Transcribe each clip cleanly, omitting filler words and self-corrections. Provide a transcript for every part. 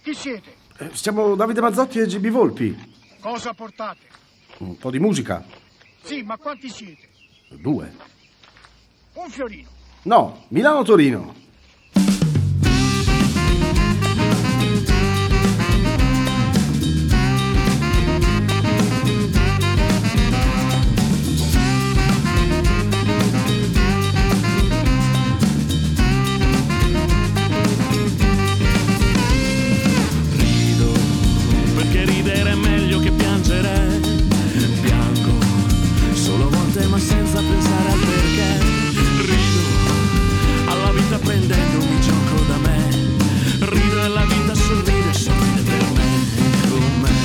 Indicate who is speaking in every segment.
Speaker 1: Chi siete?
Speaker 2: Siamo Davide Mazzotti e GB Volpi.
Speaker 1: Cosa portate?
Speaker 2: Un po' di musica.
Speaker 1: Sì, ma quanti siete?
Speaker 2: 2.
Speaker 1: Un fiorino.
Speaker 2: No, Milano-Torino.
Speaker 3: Ma senza pensare al perché rido alla vita prendendomi gioco da me, rido e la vita sorride, sorride per me, con me.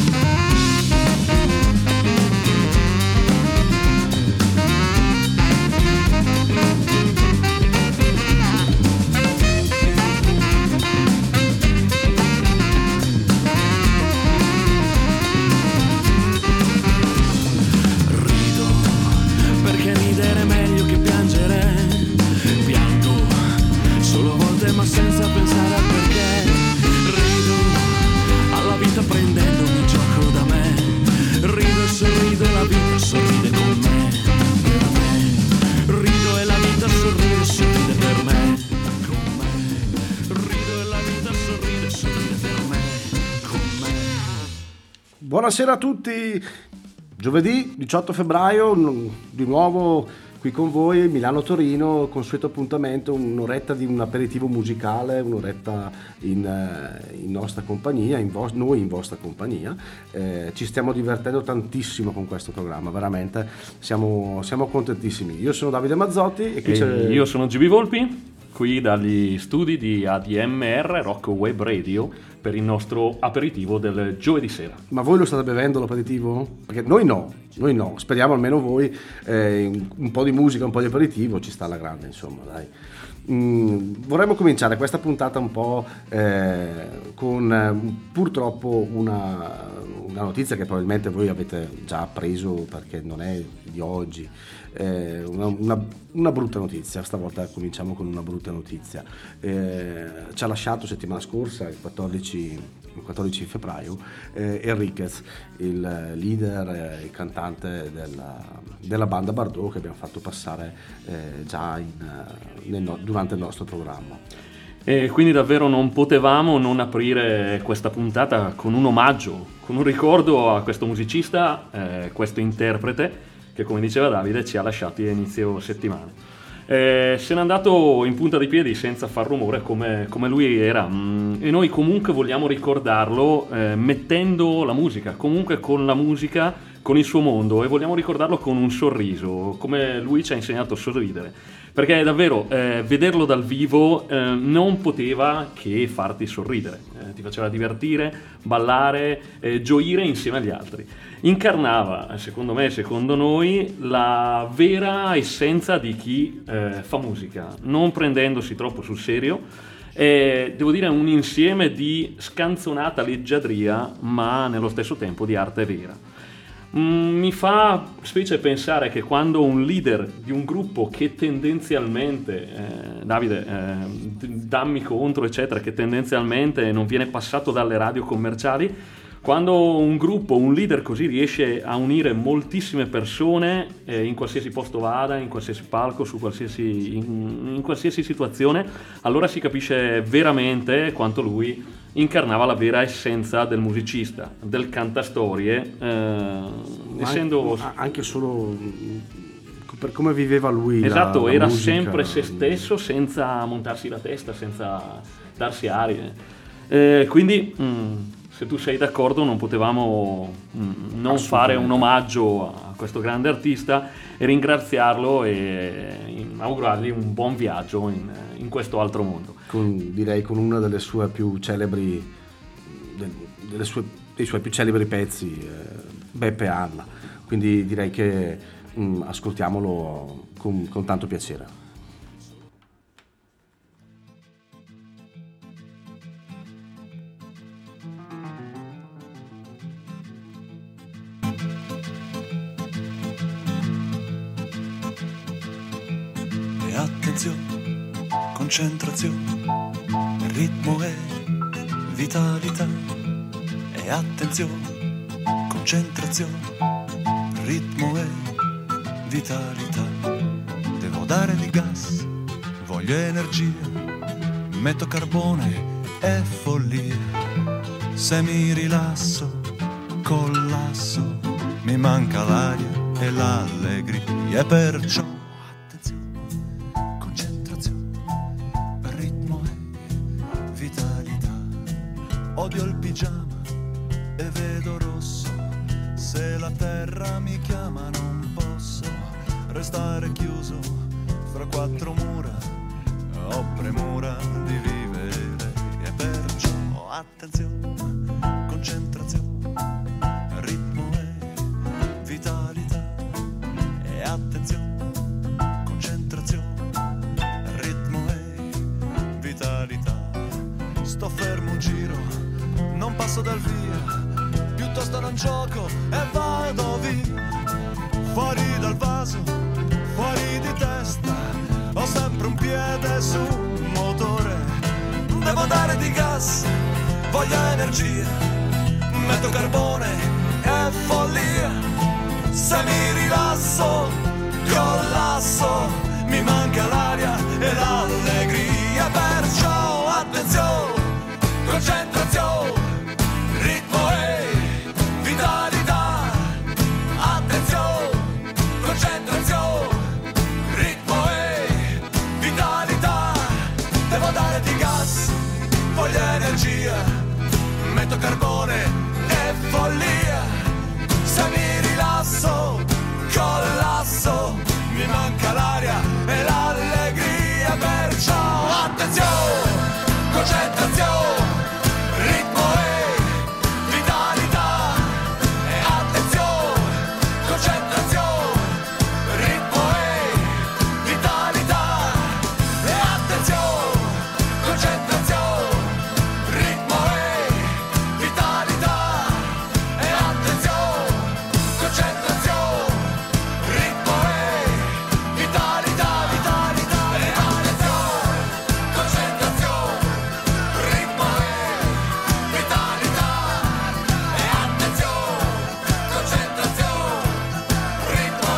Speaker 3: Ma senza pensare al perché rido alla vita prendendomi gioco da me, rido e sorrido e la vita sorride con me, per me, rido e la vita sorride, sorride per me, con me, rido e la vita sorride, sorride per me, con me.
Speaker 2: Buonasera a tutti, giovedì 18 febbraio di nuovo qui con voi, Milano-Torino, consueto appuntamento, un'oretta di un aperitivo musicale, un'oretta in nostra compagnia, noi in vostra compagnia. Ci stiamo divertendo tantissimo con questo programma, veramente siamo contentissimi. Io sono Davide Mazzotti e qui c'è...
Speaker 4: Io sono GB Volpi, qui dagli studi di ADMR, Rock Web Radio, per il nostro aperitivo del giovedì sera.
Speaker 2: Ma voi lo state bevendo l'aperitivo? Perché noi no, speriamo almeno voi, un po' di musica, un po' di aperitivo, ci sta alla grande, insomma, dai. Vorremmo cominciare questa puntata un po' con purtroppo una notizia che probabilmente voi avete già appreso perché non è di oggi, una brutta notizia. Stavolta cominciamo con una brutta notizia. Ci ha lasciato settimana scorsa, il 14 febbraio, Enriquez, il leader, il cantante della banda Bardot, che abbiamo fatto passare già durante il nostro programma.
Speaker 4: E quindi davvero non potevamo non aprire questa puntata con un omaggio, con un ricordo a questo musicista, questo interprete che, come diceva Davide, ci ha lasciati a inizio settimana. Se n'è andato in punta di piedi senza far rumore come lui era, e noi comunque vogliamo ricordarlo mettendo la musica, comunque con la musica, con il suo mondo, e vogliamo ricordarlo con un sorriso, come lui ci ha insegnato a sorridere, perché davvero vederlo dal vivo non poteva che farti sorridere, ti faceva divertire, ballare, gioire insieme agli altri. Incarnava, secondo me e secondo noi, la vera essenza di chi fa musica, non prendendosi troppo sul serio. Devo dire un insieme di scanzonata leggiadria, ma nello stesso tempo di arte vera. Mi fa specie pensare che quando un leader di un gruppo che tendenzialmente, Davide, dammi contro eccetera, che tendenzialmente non viene passato dalle radio commerciali, quando un gruppo, un leader così riesce a unire moltissime persone in qualsiasi posto vada, in qualsiasi palco, in qualsiasi situazione, allora si capisce veramente quanto lui incarnava la vera essenza del musicista, del cantastorie, essendo
Speaker 2: anche solo per come viveva lui.
Speaker 4: Esatto,
Speaker 2: la
Speaker 4: era
Speaker 2: musica.
Speaker 4: Sempre se stesso, senza montarsi la testa, senza darsi arie. Quindi se tu sei d'accordo non potevamo non fare un omaggio a questo grande artista e ringraziarlo e augurargli un buon viaggio in questo altro mondo.
Speaker 2: Direi con una delle sue più celebri, dei suoi più celebri pezzi, Beppe Anna. Quindi direi che ascoltiamolo con tanto piacere.
Speaker 5: Attenzione, concentrazione, il ritmo è vitalità e attenzione, concentrazione, ritmo e vitalità. Devo dare di gas, voglio energia, metto carbone e follia. Se mi rilasso, collasso, mi manca l'aria e l'allegria, e perciò attenzione, concentrazione, ritmo e vitalità. Odio il pigiama e vedo rosso, se la terra mi chiama non posso restare chiuso fra quattro mura, ho premura di vivere, e perciò attenzione, concentrazione, ritmo e vitalità, e attenzione, concentrazione, ritmo e vitalità. Sto fermo un giro, non passo dal via, piuttosto non gioco e vado via. Fuori dal vaso, fuori di testa, ho sempre un piede sul motore. Devo dare di gas, voglio energia, metto carbone e follia. Se mi rilasso, collasso, mi manca l'aria e l'allegria. Perciò attenzione, concentrazione, ritmo e vitalità. Attenzione, concentrazione, ritmo e vitalità. Devo dare di gas, voglio energia, metto carbone e follia. Se mi rilasso, collasso, mi manca l'aria e l'allegria. Perciò attenzione, concentrazione, ritmo e vitalità. E attenzione, concentrazione, ritmo e vitalità. E attenzione, concentrazione, ritmo e vitalità. E attenzione, concentrazione, ritmo e vitalità, vitalità. E attenzione, concentrazione, ritmo e vitalità. E attenzione, concentrazione, ritmo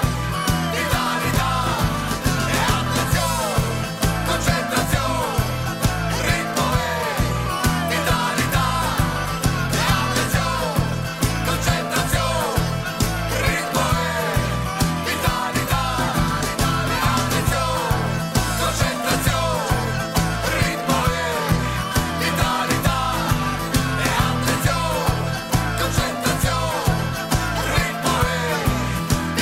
Speaker 5: e vitalità. E attenzione, concentrazione, ritmo e vitalità. E attenzione, concentrazione, ritmo e vitalità. E attenzione, concentrazione, ritmo e vitalità. E attenzione, concentrazione, ritmo e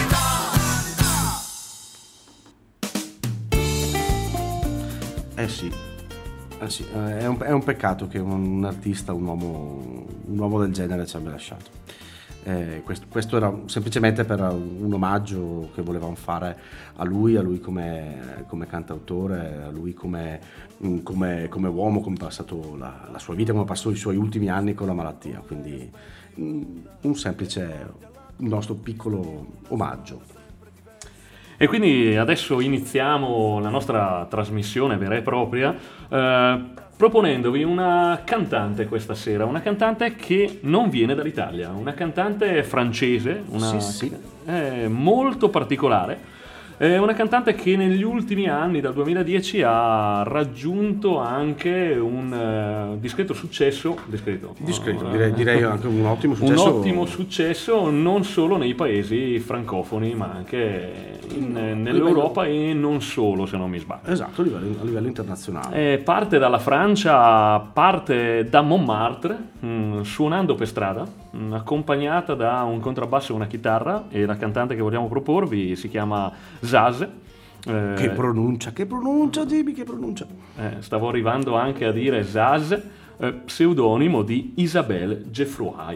Speaker 2: Sì. Sì, è un peccato che un artista, un uomo del genere ci abbia lasciato. Questo era semplicemente per un omaggio che volevamo fare a lui come cantautore, a lui come uomo, come ha passato la sua vita, come passò i suoi ultimi anni con la malattia. Quindi un nostro piccolo omaggio.
Speaker 4: E quindi adesso iniziamo la nostra trasmissione vera e propria proponendovi una cantante questa sera, una cantante che non viene dall'Italia, una cantante francese, molto particolare. È una cantante che negli ultimi anni, dal 2010, ha raggiunto anche un discreto successo. Discreto,
Speaker 2: direi anche un ottimo successo.
Speaker 4: Un ottimo successo non solo nei paesi francofoni, ma anche nell'Europa e non solo, se non mi sbaglio.
Speaker 2: Esatto, a livello internazionale.
Speaker 4: Parte dalla Francia, parte da Montmartre, suonando per strada, accompagnata da un contrabbasso e una chitarra, e la cantante che vogliamo proporvi si chiama Zaz.
Speaker 2: Che pronuncia Jimmy, che pronuncia.
Speaker 4: Stavo arrivando anche a dire Zaz, pseudonimo di Isabelle Geoffroy.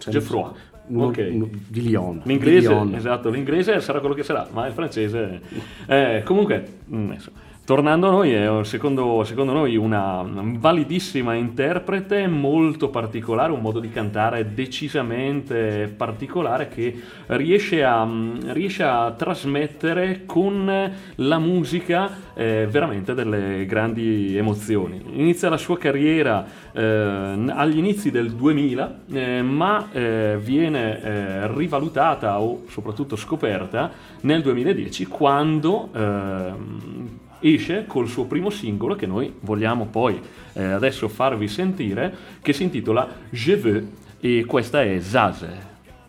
Speaker 2: Di Lyon.
Speaker 4: L'inglese, esatto, l'inglese sarà quello che sarà, ma il francese comunque tornando a noi, è secondo noi una validissima interprete, molto particolare, un modo di cantare decisamente particolare che riesce a trasmettere con la musica veramente delle grandi emozioni. Inizia la sua carriera agli inizi del 2000, ma viene rivalutata o soprattutto scoperta nel 2010, quando esce col suo primo singolo, che noi vogliamo poi adesso farvi sentire, che si intitola Je veux, e questa è Zaze.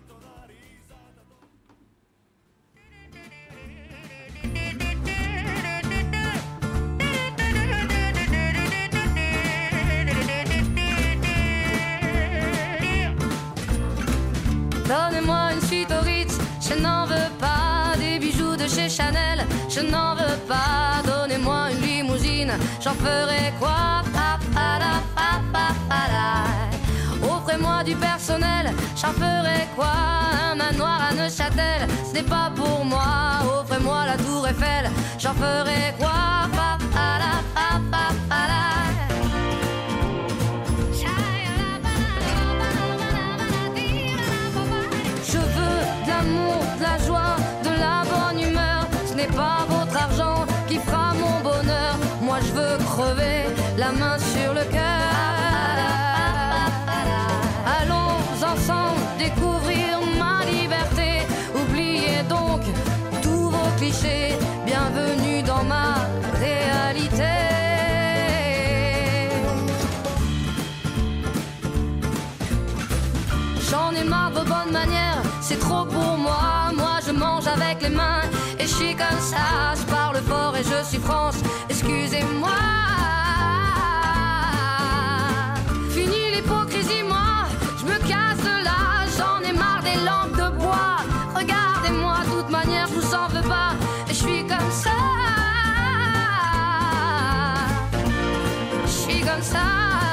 Speaker 6: Donnez-moi une suite au Ritz, je n'en veux pas. Des bijoux de chez Chanel, je n'en veux pas. Donnez-moi une limousine, j'en ferai quoi? Offrez-moi du personnel, j'en ferai quoi? Un manoir à Neuchâtel, ce n'est pas pour moi. Offrez-moi la tour Eiffel, j'en ferai quoi? De la joie, de la bonne humeur, ce n'est pas votre argent qui fera mon bonheur. Moi je veux crever la main sur le cœur. Allons ensemble découvrir ma liberté. Oubliez donc tous vos clichés. Bienvenue dans ma réalité. J'en ai marre de vos bonnes manières, c'est trop pour moi. Moi je mange avec les mains et je suis comme ça. Je parle fort et je suis France, excusez-moi. Fini l'hypocrisie, moi je me casse de là. J'en ai marre des langues de bois. Regardez-moi, de toute manière je vous en veux pas. Et je suis comme ça. Je suis comme ça.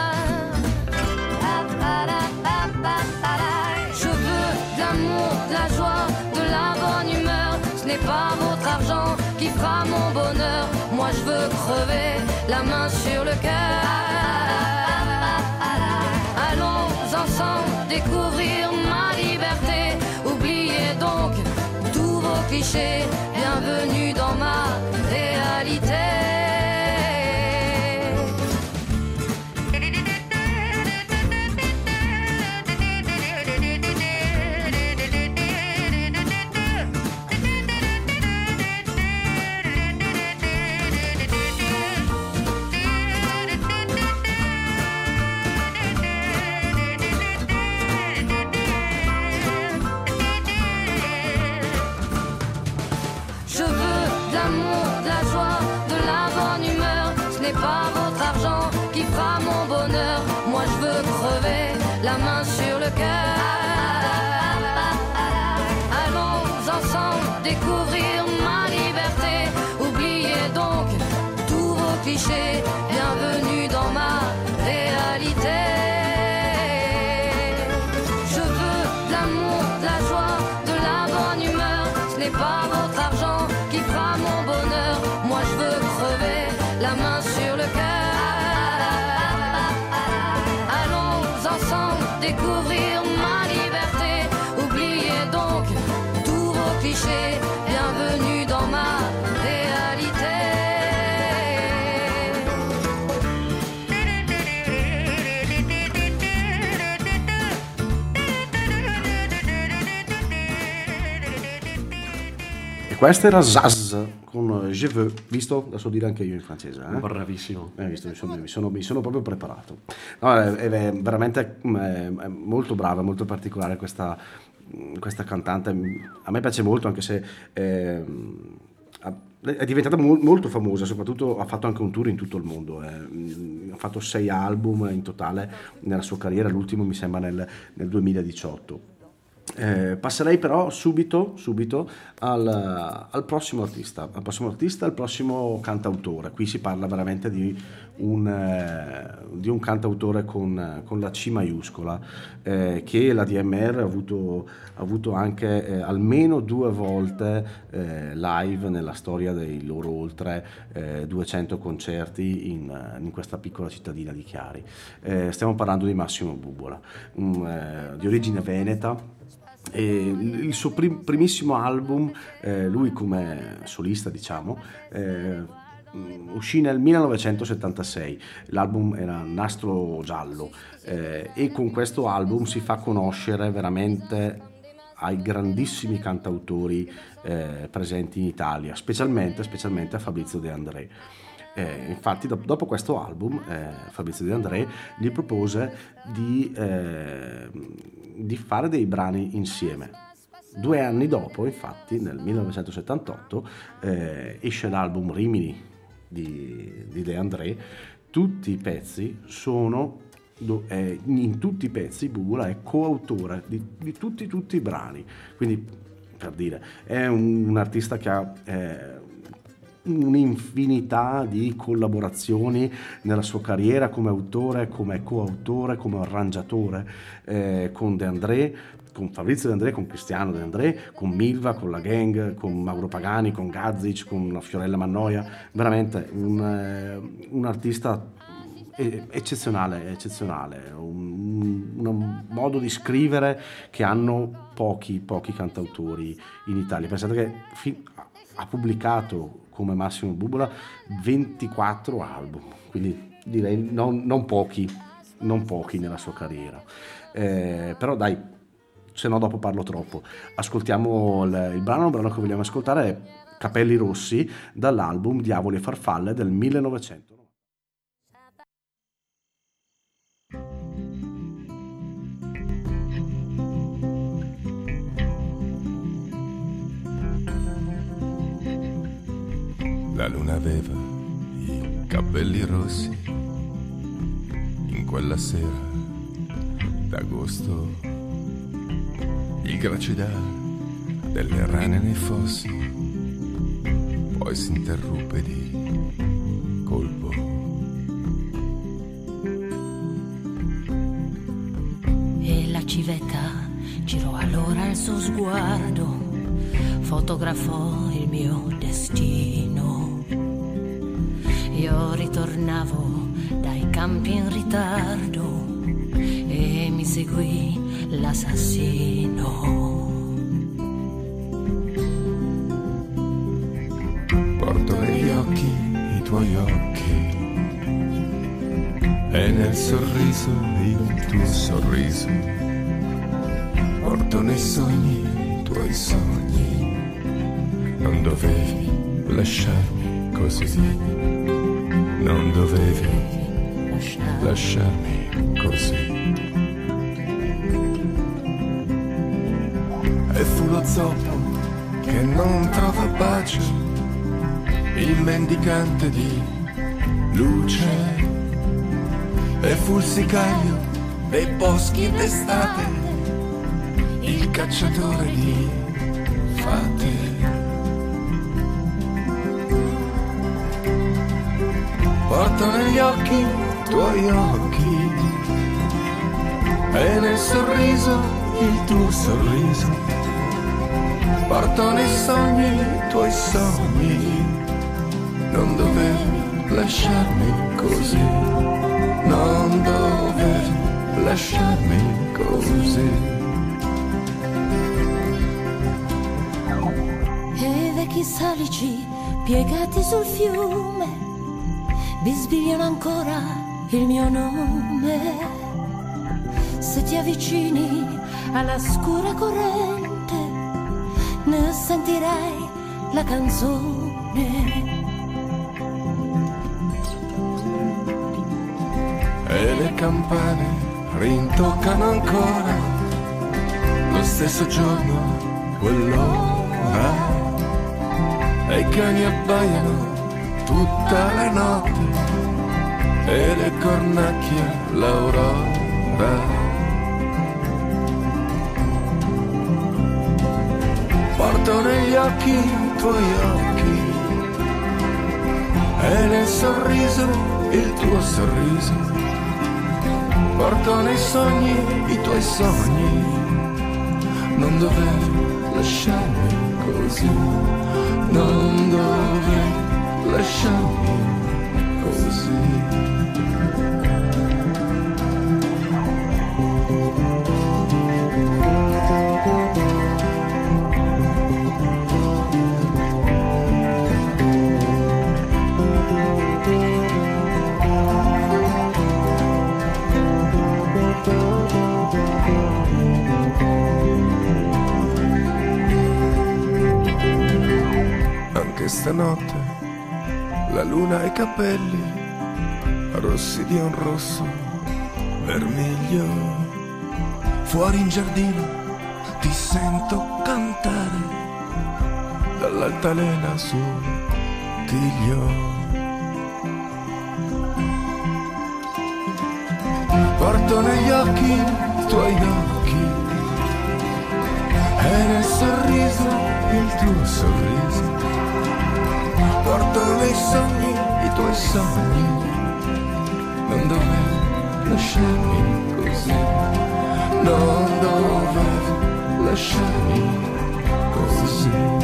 Speaker 6: De la joie, de la bonne humeur, ce n'est pas votre argent qui fera mon bonheur. Moi je veux crever la main sur le cœur. Allons ensemble découvrir ma liberté. Oubliez donc tous vos clichés. Bienvenue dans ma réalité. Pas votre argent qui fera mon bonheur. Moi je veux crever la main sur le cœur. Allons ensemble découvrir ma liberté. Oubliez donc tous vos clichés. Bienvenue dans ma réalité. Je veux de l'amour, de la joie, de la bonne humeur. Ce n'est pas votre argent qui fera mon bonheur. Moi je veux crever la main sur le cœur. Allons ensemble découvrir ma liberté. Oubliez donc tous vos clichés. Bienvenue dans ma réalité.
Speaker 2: Questa era Zaz con Je veux, visto? Da so dire anche io in francese.
Speaker 4: Bravissimo.
Speaker 2: Visto, mi sono proprio preparato. No, è veramente molto brava, molto particolare questa cantante. A me piace molto, anche se è diventata molto famosa, soprattutto ha fatto anche un tour in tutto il mondo. Ha fatto 6 album in totale nella sua carriera, l'ultimo mi sembra nel 2018. Passerei però subito al prossimo artista, al prossimo cantautore. Qui si parla veramente di un cantautore con la C maiuscola, che la DMR ha avuto anche almeno 2 volte live nella storia dei loro oltre 200 concerti in questa piccola cittadina di Chiari. Stiamo parlando di Massimo Bubola, di origine veneta. E il suo primissimo album, lui come solista diciamo, uscì nel 1976. L'album era Nastro Giallo, e con questo album si fa conoscere veramente ai grandissimi cantautori presenti in Italia, specialmente a Fabrizio De André. Infatti dopo questo album Fabrizio De André gli propose di fare dei brani insieme. 2 anni dopo, infatti, nel 1978 esce l'album Rimini di De André. Tutti i pezzi sono in tutti i pezzi Bubola è coautore di tutti i brani, quindi per dire è un artista che ha un'infinità di collaborazioni nella sua carriera come autore, come coautore, come arrangiatore, con De André, con Fabrizio De André, con Cristiano De André, con Milva, con la Gang, con Mauro Pagani, con Gazzic, con Fiorella Mannoia. Veramente un artista eccezionale, un modo di scrivere che hanno pochi cantautori in Italia. Pensate che ha pubblicato come Massimo Bubola 24 album, quindi direi non pochi nella sua carriera, però dai, se no dopo parlo troppo. Ascoltiamo il brano che vogliamo ascoltare è Capelli Rossi, dall'album Diavoli e Farfalle del 1990.
Speaker 7: La luna aveva i capelli rossi in quella sera d'agosto, il gracidare delle rane nei fossi, poi si interruppe di colpo.
Speaker 8: E la civetta girò allora il suo sguardo, fotografò il mio destino. Io ritornavo dai campi in ritardo e mi seguì l'assassino.
Speaker 7: Porto negli occhi i tuoi occhi e nel sorriso il tuo sorriso. Porto nei sogni i tuoi sogni. Non dovevi lasciarmi così. Non dovevi lasciarmi così. E fu lo zoppo che non trova pace, il mendicante di luce. E fu il sicario dei boschi d'estate, il cacciatore di fate. Porto negli occhi i tuoi occhi e nel sorriso il tuo sorriso. Porto nei sogni i tuoi sogni. Non dovevi lasciarmi così. Non dovevi lasciarmi così.
Speaker 8: E vecchi salici piegati sul fiume bisbigliano ancora il mio nome. Se ti avvicini alla scura corrente ne sentirai la canzone.
Speaker 7: E le campane rintoccano ancora lo stesso giorno, quell'ora. E i cani abbaiano tutta la notte e le cornacchie l'aurora. Porto negli occhi i tuoi occhi e nel sorriso il tuo sorriso. Porto nei sogni i tuoi sogni. Non dovevi lasciarmi così. Non dovevi lasciarmi così. Stanotte la luna ha i capelli rossi di un rosso vermiglio. Fuori in giardino ti sento cantare dall'altalena sul Tiglio. Porto negli occhi i tuoi occhi e nel sorriso il tuo sorriso. Porto nei sogni i tuoi sogni. Non dovevi lasciarmi così. Non dovevi lasciarmi così.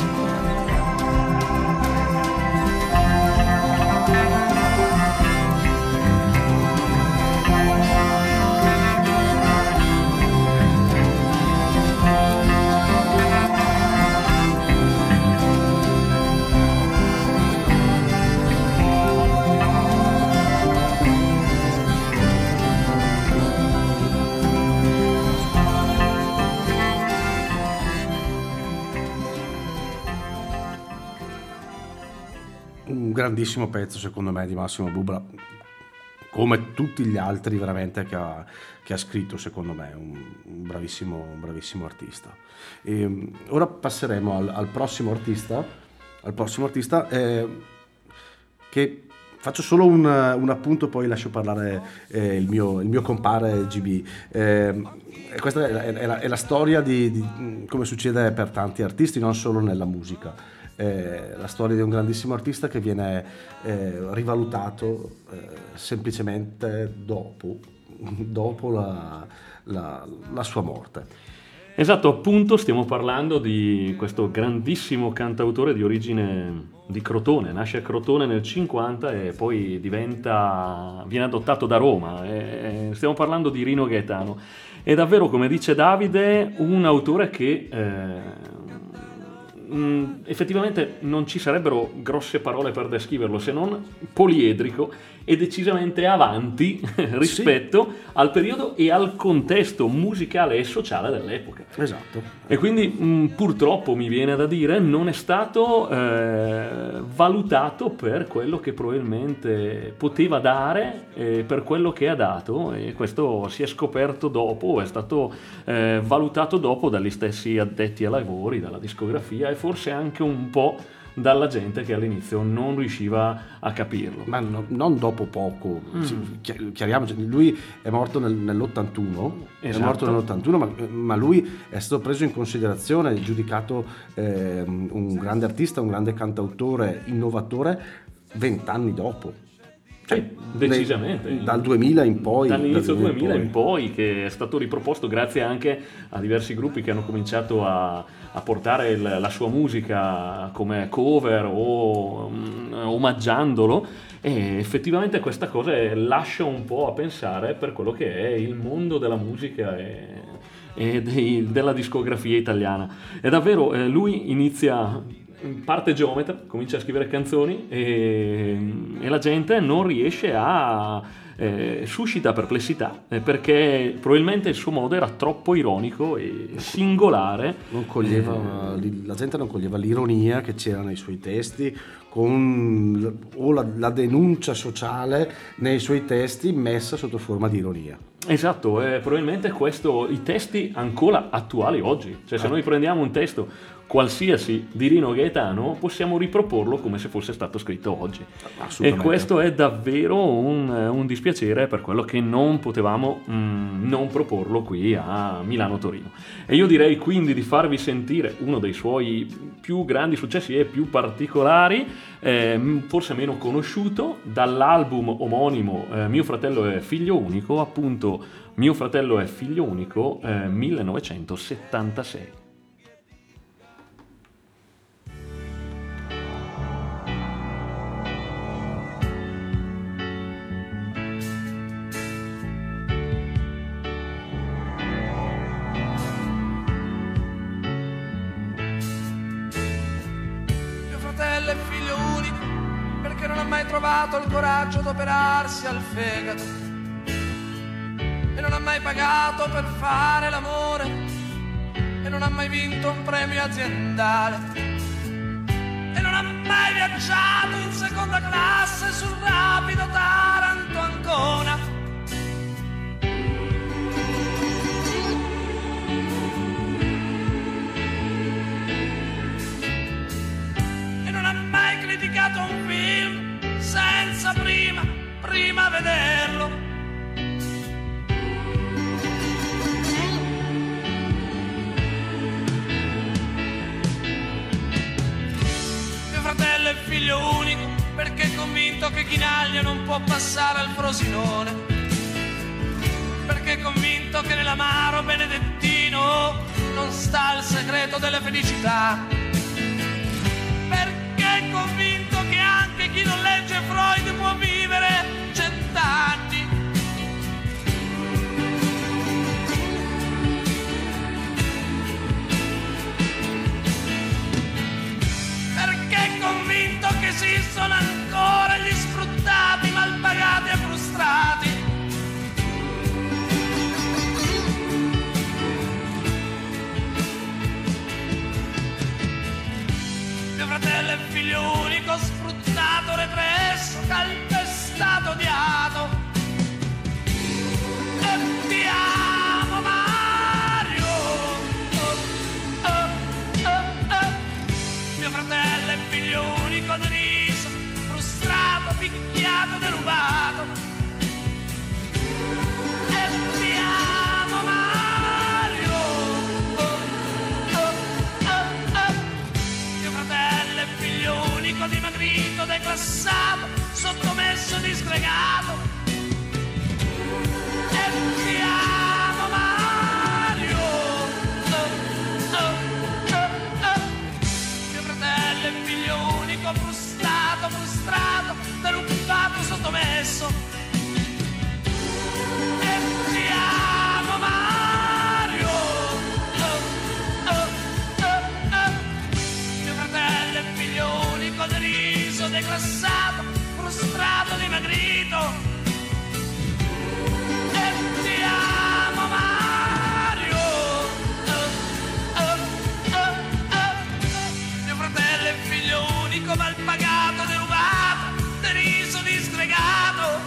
Speaker 2: Grandissimo pezzo secondo me di Massimo Bubra, come tutti gli altri veramente che ha scritto, secondo me un bravissimo artista. E ora passeremo al prossimo artista che faccio solo un appunto, poi lascio parlare il mio compare GB. Questa è la storia di come succede per tanti artisti, non solo nella musica. La storia di un grandissimo artista che viene rivalutato semplicemente dopo la sua morte.
Speaker 4: Esatto, appunto stiamo parlando di questo grandissimo cantautore di origine di Crotone. Nasce a Crotone nel 50 e poi viene adottato da Roma. Stiamo parlando di Rino Gaetano. È davvero, come dice Davide, un autore che effettivamente non ci sarebbero grosse parole per descriverlo, se non poliedrico e decisamente avanti rispetto al periodo e al contesto musicale e sociale dell'epoca.
Speaker 2: Esatto.
Speaker 4: E quindi purtroppo, mi viene da dire, non è stato valutato per quello che probabilmente poteva dare, per quello che ha dato, e questo si è scoperto dopo, è stato valutato dopo dagli stessi addetti ai lavori, dalla discografia e forse anche un po' dalla gente che all'inizio non riusciva a capirlo.
Speaker 2: Ma non dopo poco, chiariamoci, lui è morto nell'81,
Speaker 4: esatto.
Speaker 2: È morto nell'81, ma lui è stato preso in considerazione, giudicato un grande artista, un grande cantautore, innovatore 20 anni dopo.
Speaker 4: Decisamente
Speaker 2: dal 2000 in poi,
Speaker 4: dall'inizio 2000 in poi, che è stato riproposto grazie anche a diversi gruppi che hanno cominciato a portare la sua musica come cover o omaggiandolo, e effettivamente questa cosa lascia un po' a pensare per quello che è il mondo della musica e della discografia italiana. E davvero lui inizia, parte geometra, comincia a scrivere canzoni e la gente non riesce suscita perplessità, perché probabilmente il suo modo era troppo ironico e singolare.
Speaker 2: La gente non coglieva l'ironia che c'era nei suoi testi, o la denuncia sociale nei suoi testi messa sotto forma di ironia.
Speaker 4: Esatto, probabilmente i testi ancora attuali oggi, cioè se noi prendiamo un testo qualsiasi di Rino Gaetano, possiamo riproporlo come se fosse stato scritto oggi. E
Speaker 2: Assolutamente.
Speaker 4: questo è davvero un dispiacere per quello che non potevamo non proporlo qui a Milano-Torino. E io direi quindi di farvi sentire uno dei suoi più grandi successi e più particolari, forse meno conosciuto, dall'album omonimo Mio fratello è figlio unico, appunto Mio fratello è figlio unico 1976.
Speaker 9: Trovato il coraggio d'operarsi al fegato e non ha mai pagato per fare l'amore e non ha mai vinto un premio aziendale e non ha mai viaggiato in seconda classe sul rapido Taranto-Ancona. E non ha mai criticato un film senza prima vederlo. Mio fratello è figlio unico perché è convinto che Chinaglia non può passare al Frosinone, perché è convinto che nell'amaro benedettino non sta il segreto della felicità, perché è convinto che anche chi non legge Freud può vivere 100 anni. Perché è convinto che esistono ancora gli sfruttati, malpagati e frustrati. Mio fratello è figlio unico, sfruttato, represso, calpestato, odiato. E ti amo Mario. Mio fratello è figlio unico, deriso, frustrato, picchiato, derubato. E ti amo Mario. Mio fratello è figlio unico, dimagrito, declassato, sottomesso, disgregato. E ti amo Mario. Mio fratello è figlio unico, frustrato, derubato, sottomesso. E ti amo Mario. Mio fratello è figlio unico, deriso, declassato, frustrato, dimagrito. E ti amo Mario. Mio fratello è figlio unico, malpagato, derubato, deriso, disgregato.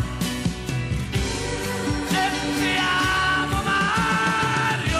Speaker 9: E ti amo Mario.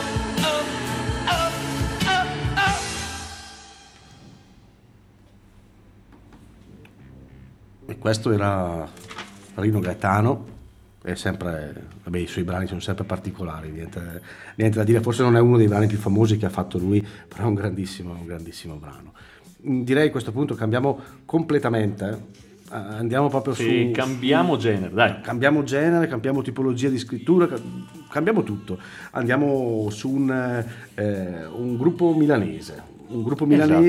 Speaker 2: E questo era Rino Gaetano. È sempre, vabbè, i suoi brani sono sempre particolari, niente da dire. Forse non è uno dei brani più famosi che ha fatto lui, però è un grandissimo brano. Direi a questo punto cambiamo completamente, andiamo proprio
Speaker 4: Sì, cambiamo genere, dai.
Speaker 2: Cambiamo genere, cambiamo tipologia di scrittura, cambiamo tutto. Andiamo su un gruppo milanese. Gruppo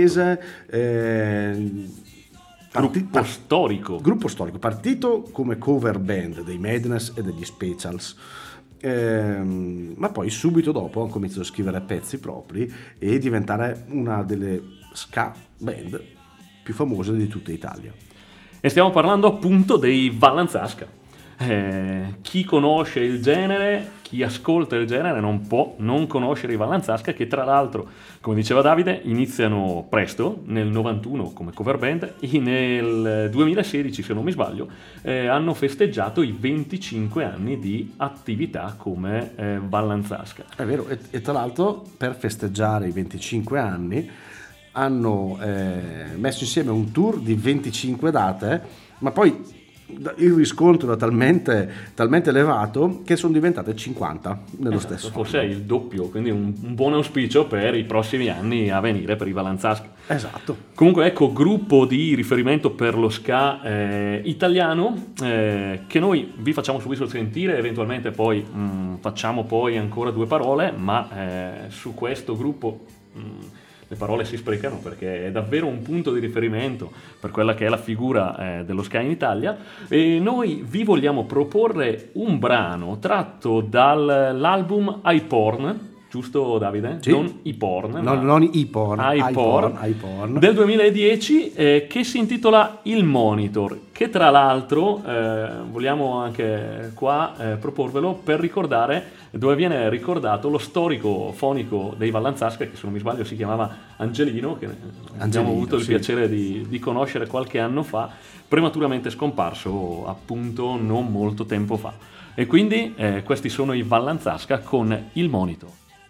Speaker 2: storico, partito come cover band dei Madness e degli Specials, ma poi subito dopo hanno cominciato a scrivere pezzi propri e diventare una delle ska band più famose di tutta Italia.
Speaker 4: E stiamo parlando appunto dei Vallanzasca. Chi conosce il genere, chi ascolta il genere non può non conoscere i Vallanzasca, che tra l'altro, come diceva Davide, iniziano presto, nel 91 come cover band, e nel 2016, se non mi sbaglio, hanno festeggiato i 25 anni di attività come Vallanzasca.
Speaker 2: È vero, e tra l'altro per festeggiare i 25 anni hanno messo insieme un tour di 25 date, ma poi il riscontro era talmente elevato che sono diventate 50 nello stesso.
Speaker 4: Forse è il doppio, quindi un buon auspicio per i prossimi anni a venire per i Vallanzasca.
Speaker 2: Esatto.
Speaker 4: Comunque ecco, gruppo di riferimento per lo ska italiano, che noi vi facciamo subito sentire, eventualmente poi facciamo poi ancora due parole, ma su questo gruppo le parole si sprecano, perché è davvero un punto di riferimento per quella che è la figura dello ska in Italia, e noi vi vogliamo proporre un brano tratto dall'album iPorn, giusto Davide?
Speaker 2: Sì.
Speaker 4: Non iPorn,
Speaker 2: non iPorn,
Speaker 4: iPorn del 2010, che si intitola Il Monitor, che tra l'altro vogliamo anche qua proporvelo per ricordare, dove viene ricordato lo storico fonico dei Vallanzasca, che se non mi sbaglio si chiamava Angelino, che abbiamo avuto il piacere di conoscere qualche anno fa, prematuramente scomparso appunto non molto tempo fa. E quindi questi sono i Vallanzasca con Il Monitor.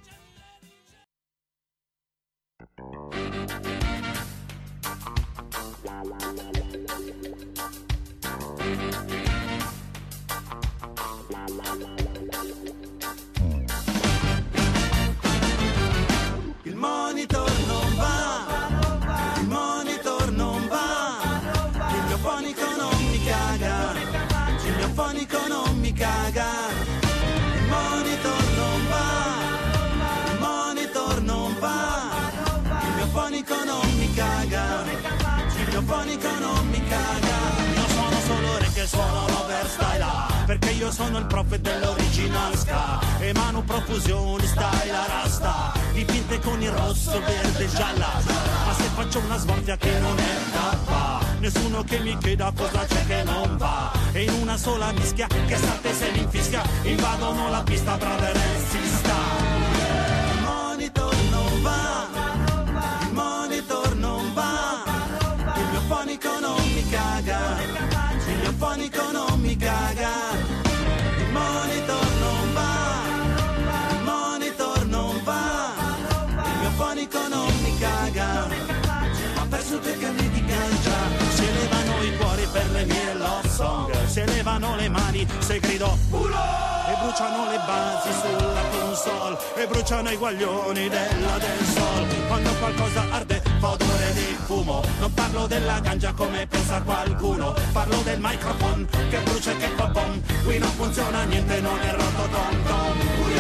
Speaker 10: Il monitor non va, il monitor non va, il mio fonico non mi caga, il mio fonico non mi caga, il monitor non va, il monitor non va, il mio fonico non mi caga, il mio fonico non mi caga. Io suono solo reggae, suono l'overstyle, perché io sono il prof dell'original ska, emano profusioni style a rasta, dipinte con il rosso, verde e gialla, ma se faccio una svolta che non è tappa, nessuno che mi chieda cosa c'è che non va, e in una sola mischia che state se ne infischia, invadono la pista, brother e si sta. Il monitor non va, il monitor non va, il mio fonico non mi caga, il mio fonico non mi caga, il monitor non va, il monitor non va, il mio fonico non mi caga, ho perso 2 canne di ganja, si elevano i cuori per le mie love song, si elevano le mani se grido e bruciano le basi sulla console, e bruciano i guaglioni della del sol, quando qualcosa arde fa odore di fumo, non parlo della ganja come pensa qualcuno, parlo del microphone che brucia e che fa bom, qui non funziona niente, non è rotto tom tom.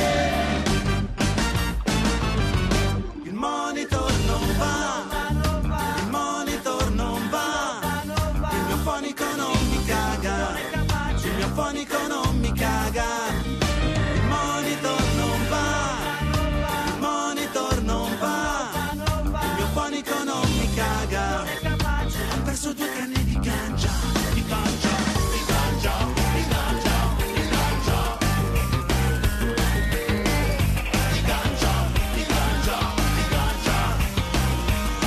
Speaker 10: Il monitor non va, il monitor non va, il mio fonico non mi caga, il mio fonico non mi caga, il monitor non va, il monitor non va, il mio fonico non mi caga, ho perso 2 canne di ganja, di ganja, di ganja, di ganja, di ganja, di ganja, di ganja, di ganja.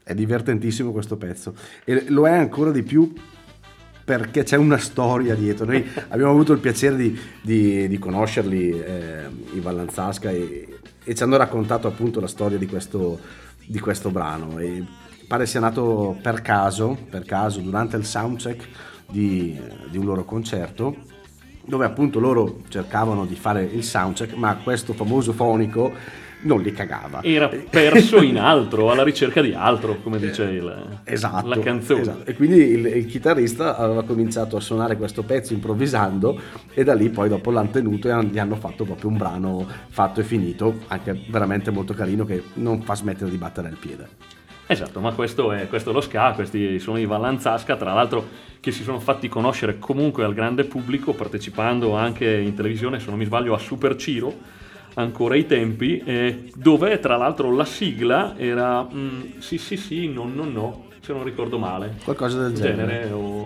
Speaker 2: È divertentissimo questo pezzo e lo è ancora di più perché c'è una storia dietro. Noi abbiamo avuto il piacere di conoscerli, i Vallanzasca, e ci hanno raccontato appunto la storia di questo brano, e pare sia nato per caso durante il soundcheck di un loro concerto, dove appunto loro cercavano di fare il soundcheck, ma questo famoso fonico non li cagava.
Speaker 4: Era perso in altro, alla ricerca di altro, come dice la canzone.
Speaker 2: Esatto. E quindi il chitarrista aveva cominciato a suonare questo pezzo improvvisando, e da lì poi dopo l'hanno tenuto e gli hanno fatto proprio un brano fatto e finito, anche veramente molto carino, che non fa smettere di battere il piede.
Speaker 4: Esatto, ma questo è lo ska, questi sono i Vallanzasca, tra l'altro, che si sono fatti conoscere comunque al grande pubblico, partecipando anche in televisione, se non mi sbaglio, a Super Ciro, ancora ai tempi, dove tra l'altro la sigla era sì, no, se non ricordo male.
Speaker 2: Qualcosa del genere.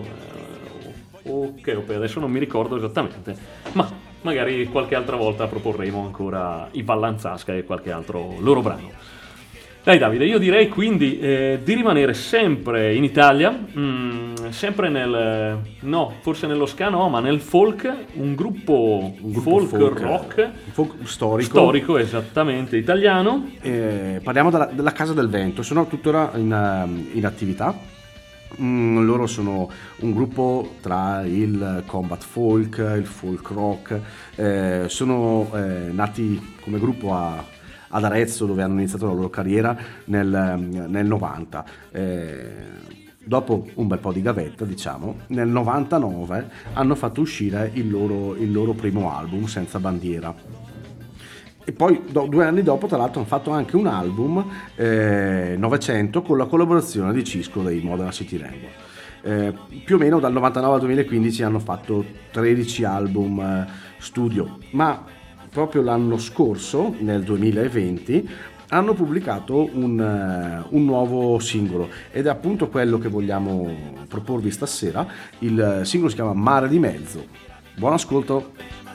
Speaker 4: Ok, adesso non mi ricordo esattamente, ma magari qualche altra volta proporremo ancora i Vallanzasca e qualche altro loro brano. Dai Davide, io direi quindi di rimanere sempre in Italia, sempre forse nello ska no, ma nel folk, un gruppo folk rock,
Speaker 2: folk
Speaker 4: storico esattamente, italiano.
Speaker 2: Parliamo della Casa del Vento, sono tuttora in attività. Loro sono un gruppo tra il combat folk, il folk rock, sono nati come gruppo ad Arezzo, dove hanno iniziato la loro carriera nel 90. Dopo un bel po' di gavetta, diciamo, nel 99 hanno fatto uscire il loro primo album, Senza Bandiera. E poi 2 anni dopo, tra l'altro, hanno fatto anche un album 900 con la collaborazione di Cisco dei Modena City Rainbow. Più o meno dal 99 al 2015 hanno fatto 13 album studio, ma proprio l'anno scorso, nel 2020, hanno pubblicato un nuovo singolo, ed è appunto quello che vogliamo proporvi stasera. Il singolo si chiama Mare di Mezzo. Buon ascolto.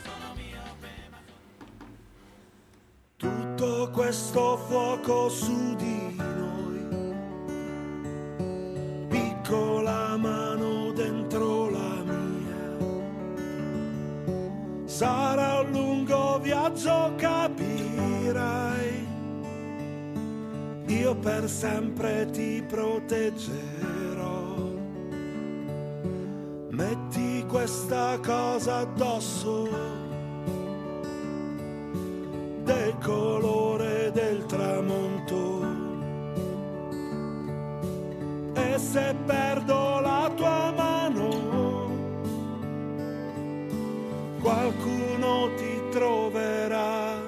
Speaker 11: Tutto questo fuoco su di noi, piccola mano dentro la mia, sarà un lungo viaggio, capirai, io per sempre ti proteggerò. Metti questa cosa addosso, del colore del tramonto, e se perdo la tua mano, qualcuno ti troverà.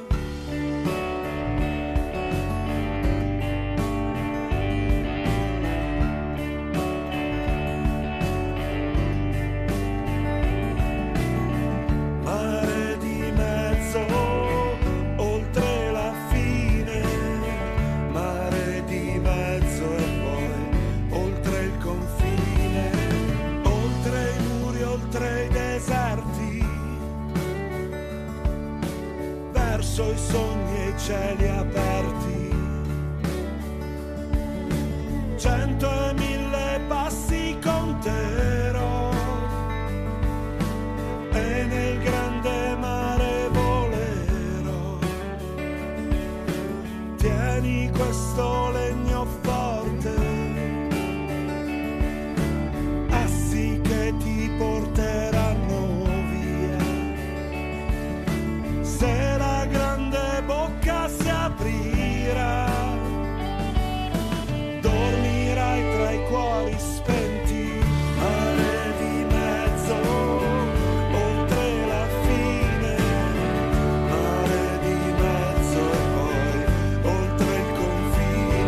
Speaker 11: Mare di mezzo, oltre la fine, mare di mezzo e poi oltre il confine, oltre i muri, oltre i deserti, verso i sogni e i cieli aperti. 100 e 1000 passi conterò, e nel grande mare volerò. Tieni questo legno forte, assi che ti porteranno via. Se la grande bocca si aprirà, dormirai tra i cuori spenti. Mare di mezzo, oltre la fine, mare di mezzo e poi oltre il confine,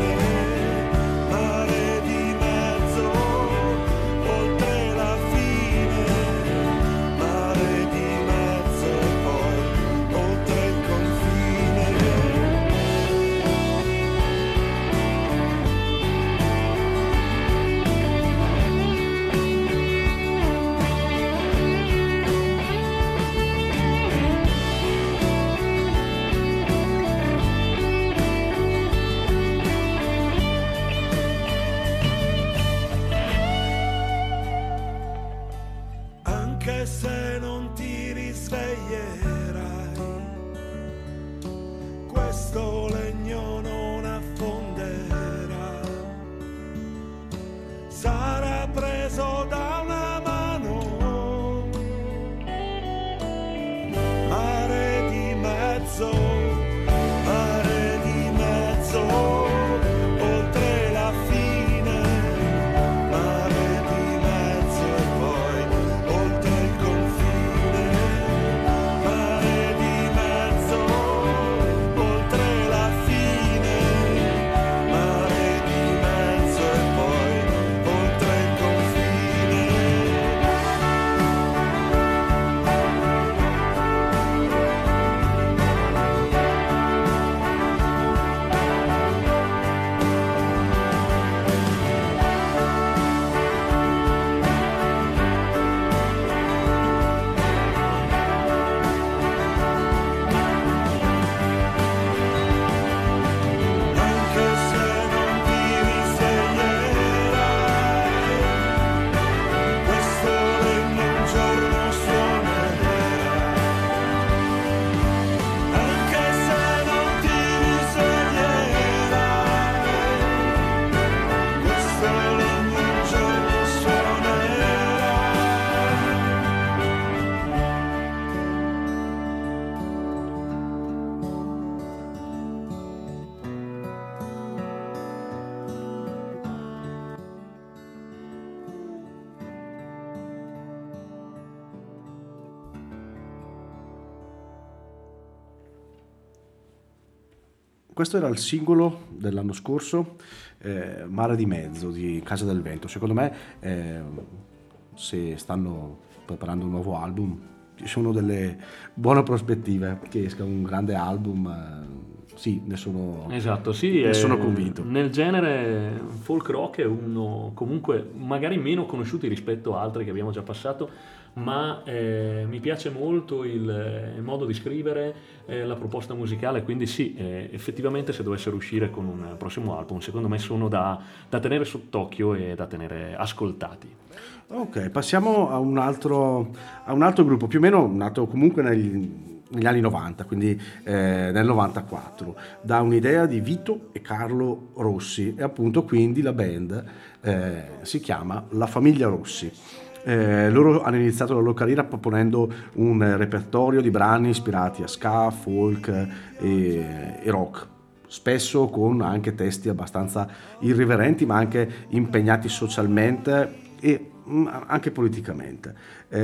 Speaker 2: Questo era il singolo dell'anno scorso, Mare di Mezzo di Casa del Vento. Secondo me, se stanno preparando un nuovo album, ci sono delle buone prospettive che esca un grande album. Sì, ne sono,
Speaker 4: esatto, sì,
Speaker 2: ne sono convinto.
Speaker 4: Nel genere folk rock è uno comunque magari meno conosciuti rispetto a altri che abbiamo già passato, ma mi piace molto il modo di scrivere, la proposta musicale, quindi sì, effettivamente se dovessero uscire con un prossimo album, secondo me sono da tenere sott'occhio e da tenere ascoltati.
Speaker 2: Ok, passiamo a un altro gruppo, più o meno nato comunque negli anni 90, quindi nel 94, da un'idea di Vito e Carlo Rossi, e appunto quindi la band si chiama La Famiglia Rossi. Loro hanno iniziato la loro carriera proponendo un repertorio di brani ispirati a ska, folk e rock, spesso con anche testi abbastanza irriverenti ma anche impegnati socialmente e anche politicamente.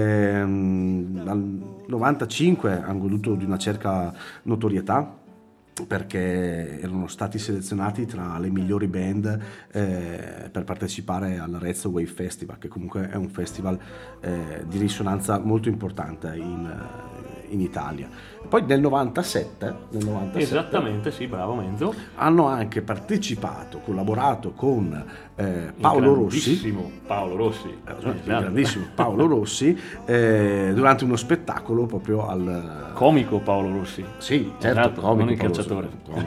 Speaker 2: Dal 95 hanno goduto di una certa notorietà perché erano stati selezionati tra le migliori band per partecipare all'Arezzo Wave Festival, che comunque è un festival di risonanza molto importante in Italia. Poi nel 97
Speaker 4: esattamente, sì, bravo Menzo,
Speaker 2: hanno anche partecipato, collaborato con Paolo Rossi, grandissimo Paolo Rossi, durante uno spettacolo proprio al
Speaker 4: comico Paolo Rossi.
Speaker 2: Sì, certo,
Speaker 4: esatto,
Speaker 2: comico,
Speaker 4: non il calciatore.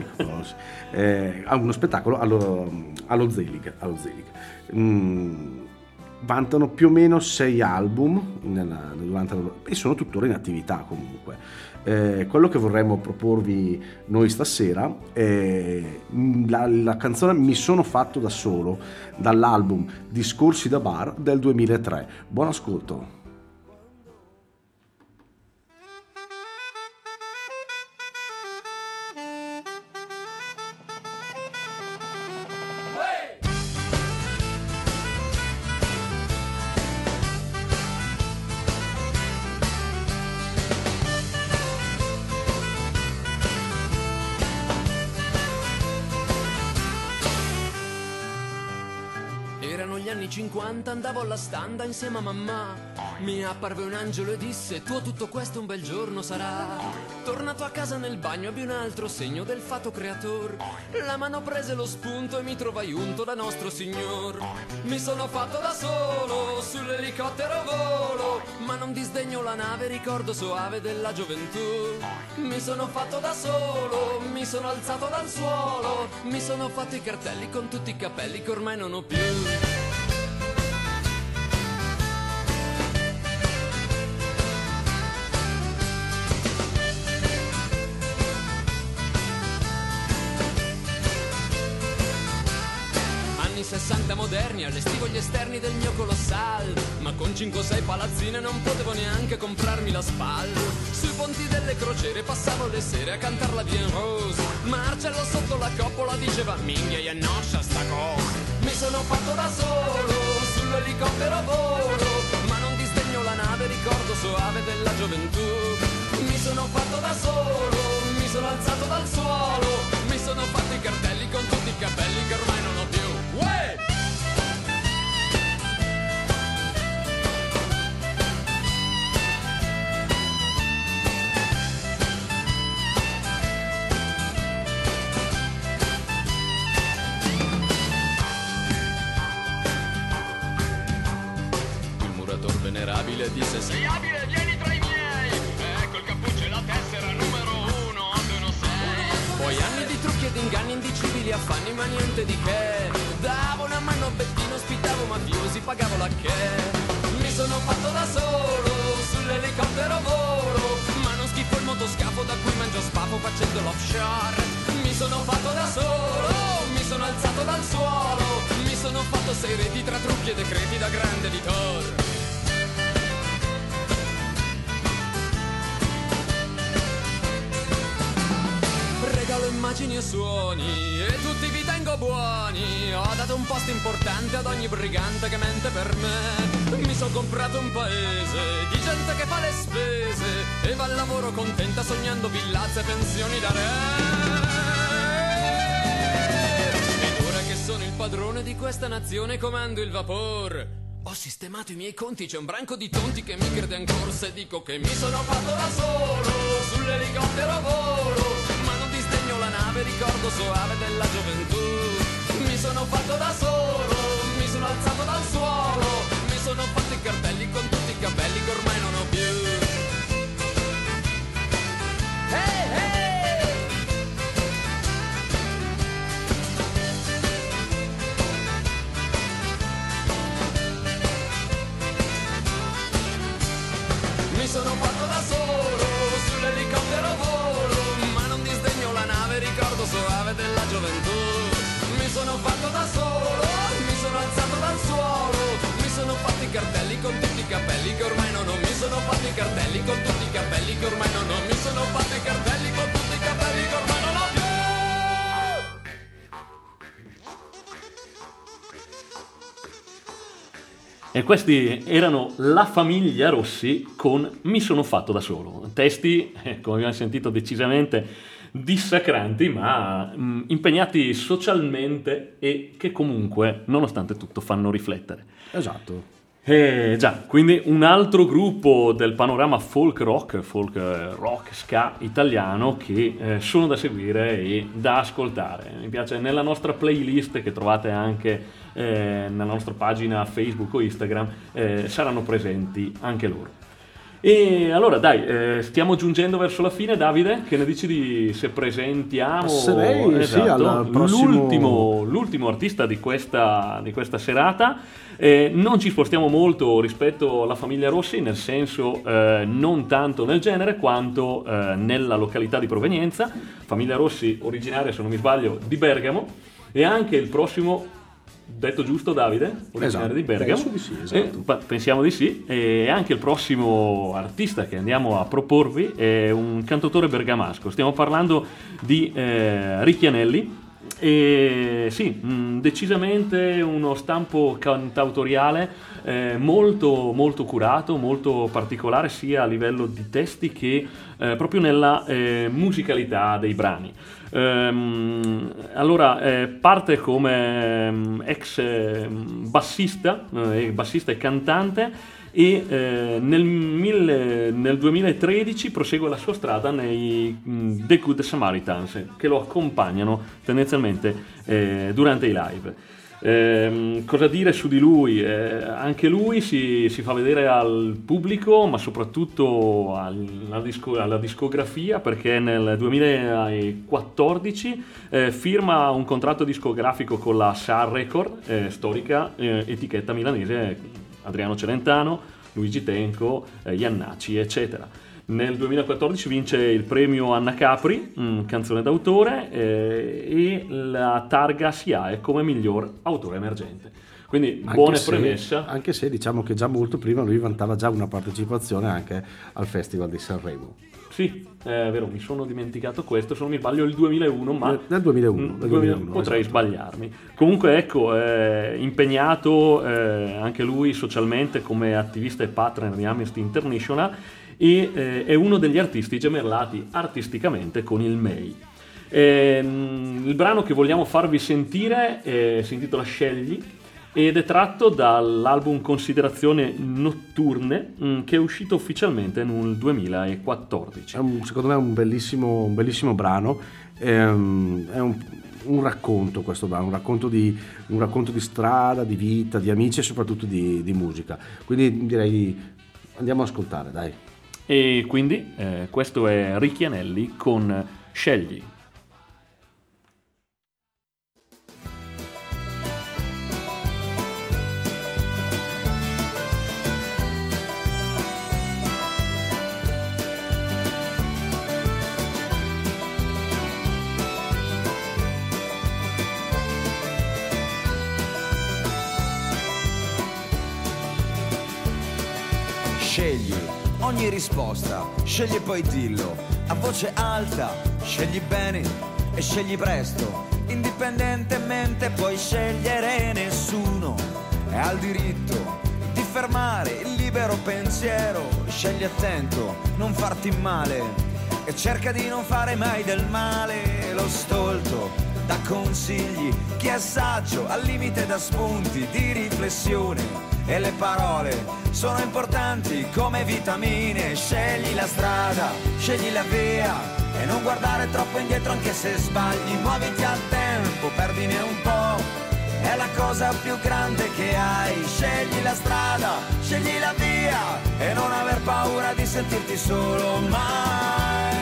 Speaker 2: A uno spettacolo allo Zelig. Vantano più o meno 6 album e sono tuttora in attività comunque. Quello che vorremmo proporvi noi stasera è la canzone Mi sono fatto da solo, dall'album Discorsi da bar del 2003. Buon ascolto.
Speaker 3: Andavo alla standa insieme a mamma, mi apparve un angelo e disse: tu tutto questo un bel giorno sarà. Tornato a casa nel bagno ebbi un altro segno del fato creator, la mano prese lo spunto e mi trovai unto da nostro signor. Mi sono fatto da solo, sull'elicottero volo, ma non disdegno la nave, ricordo soave della gioventù. Mi sono fatto da solo, mi sono alzato dal suolo, mi sono fatto i cartelli con tutti i capelli che ormai non ho più. Anni 60 moderni, allestivo gli esterni del mio colossal, ma con 5 o 6 palazzine non potevo neanche comprarmi la spalla. Sui ponti delle crociere passavo le sere a cantar la Bien Rose, Marcello sotto la coppola diceva: minchia e noscia sta cosa. Mi sono fatto da solo, sull'elicottero volo, ma non disdegno la nave, ricordo soave della gioventù. Mi sono fatto da solo, mi sono alzato dal suolo, mi sono fatto i cartelli con tutti i capelli che ormai non ho più. Uè! Il murator venerabile disse: sei abile, vieni tra i miei. Ecco il cappuccio e la tessera numero 1-816. Poi anni di trucchi ed inganni indicibili, affanni ma niente di che. Davo una mano a Bettino, ospitavo mafiosi, pagavo la che. Mi sono fatto da solo, sull'elicottero volo, ma non schifo il motoscafo da cui mangio spafo facendo l'offshore. Mi sono fatto da solo, mi sono alzato dal suolo, mi sono fatto 6 reti tra trucchi e decreti da grande editore. Regalo immagini e suoni e tutti vi tengo buoni. Ho dato un posto importante ad ogni brigante che mente per me. Mi sono comprato un paese di gente che fa le spese e va al lavoro contenta sognando villazze e pensioni da re.
Speaker 12: questa nazione comando il vapor. Ho sistemato i miei conti, c'è un branco di tonti che mi crede ancora se dico che mi sono fatto da solo, sull'elicottero volo, ma non disdegno la nave, ricordo soave della gioventù. Mi sono fatto da solo, mi sono alzato dal suolo, mi sono fatto i cartelli con tutti i capelli che ormai non ho più. Hey, hey! Mi sono fatto da solo, sull'elicottero volo, ma non disdegno la nave, ricordo soave della gioventù. Mi sono fatto da solo, mi sono alzato dal suolo, mi sono fatto i cartelli con tutti i capelli che ormai non ho. Mi sono fatto i cartelli con tutti i capelli che ormai non ho. Mi sono fatto i cartelli con tutti i capelli che ormai non ho più.
Speaker 4: E questi erano La Famiglia Rossi con Mi sono fatto da solo. Testi, come abbiamo sentito, decisamente dissacranti, ma impegnati socialmente e che comunque, nonostante tutto, fanno riflettere.
Speaker 2: Esatto.
Speaker 4: Già, quindi un altro gruppo del panorama folk rock ska italiano che sono da seguire e da ascoltare. Mi piace, nella nostra playlist che trovate anche nella nostra pagina Facebook o Instagram saranno presenti anche loro. E allora dai, stiamo giungendo verso la fine, Davide, che ne dici di se presentiamo
Speaker 2: Passerei,
Speaker 4: esatto,
Speaker 2: sì, al prossimo...
Speaker 4: l'ultimo artista di questa serata. Non ci spostiamo molto rispetto alla Famiglia Rossi, nel senso non tanto nel genere quanto nella località di provenienza. Famiglia Rossi originaria, se non mi sbaglio, di Bergamo, e anche il prossimo, detto giusto Davide? Originario di Bergamo.
Speaker 2: Penso di sì, esatto.
Speaker 4: Pensiamo di sì. E anche il prossimo artista che andiamo a proporvi è un cantautore bergamasco. Stiamo parlando di Ricky Anelli. E sì, decisamente uno stampo cantautoriale molto molto curato, molto particolare sia a livello di testi che proprio nella musicalità dei brani. Allora parte come ex bassista e cantante, e nel 2013 prosegue la sua strada nei The Good Samaritans, che lo accompagnano tendenzialmente durante i live. Cosa dire su di lui? Anche lui si fa vedere al pubblico, ma soprattutto alla discografia, perché nel 2014 firma un contratto discografico con la Sar Record, storica etichetta milanese. Adriano Celentano, Luigi Tenco, Iannacci, eccetera. Nel 2014 vince il premio Anna Capri, canzone d'autore, e la targa SIAE come miglior autore emergente. Quindi buona premessa.
Speaker 2: Anche se diciamo che già molto prima lui vantava già una partecipazione anche al Festival di Sanremo.
Speaker 4: Sì, è vero, mi sono dimenticato questo, se non mi sbaglio il 2001, ma
Speaker 2: nel 2001
Speaker 4: potrei
Speaker 2: esatto.
Speaker 4: Sbagliarmi. Comunque ecco, impegnato anche lui socialmente come attivista e partner di Amnesty International, e è uno degli artisti gemellati artisticamente con il MEI. Il brano che vogliamo farvi sentire si intitola Scegli ed è tratto dall'album Considerazione Notturne, che è uscito ufficialmente nel 2014.
Speaker 2: Secondo me è un bellissimo brano, è un racconto questo brano, un racconto di strada, di vita, di amici e soprattutto di musica. Quindi direi andiamo ad ascoltare, dai.
Speaker 4: E quindi questo è Ricky Anelli con Scegli.
Speaker 13: Scegli ogni risposta, scegli e poi dillo a voce alta, scegli bene e scegli presto, indipendentemente puoi scegliere, nessuno è al diritto di fermare il libero pensiero, scegli attento, non farti male e cerca di non fare mai del male, lo stolto dà consigli, chi è saggio al limite dà spunti di riflessione. E le parole sono importanti come vitamine. Scegli la strada, scegli la via e non guardare troppo indietro anche se sbagli. Muoviti a tempo, perdine un po', è la cosa più grande che hai. Scegli la strada, scegli la via e non aver paura di sentirti solo mai.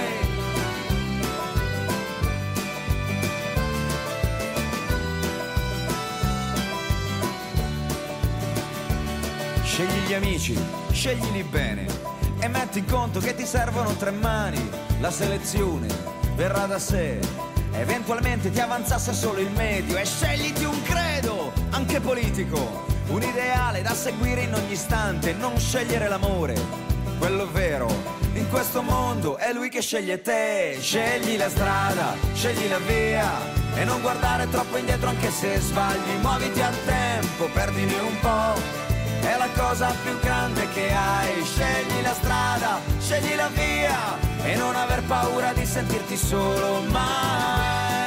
Speaker 13: Scegli gli amici, sceglili bene e metti in conto che ti servono 3 mani. La selezione verrà da sé, eventualmente ti avanzasse solo il medio. E scegliti un credo, anche politico, un ideale da seguire in ogni istante. Non scegliere l'amore, quello vero, in questo mondo è lui che sceglie te. Scegli la strada, scegli la via e non guardare troppo indietro anche se sbagli. Muoviti a tempo, perdine un po', è la cosa più grande che hai. Scegli la strada, scegli la via e non aver paura di sentirti solo mai.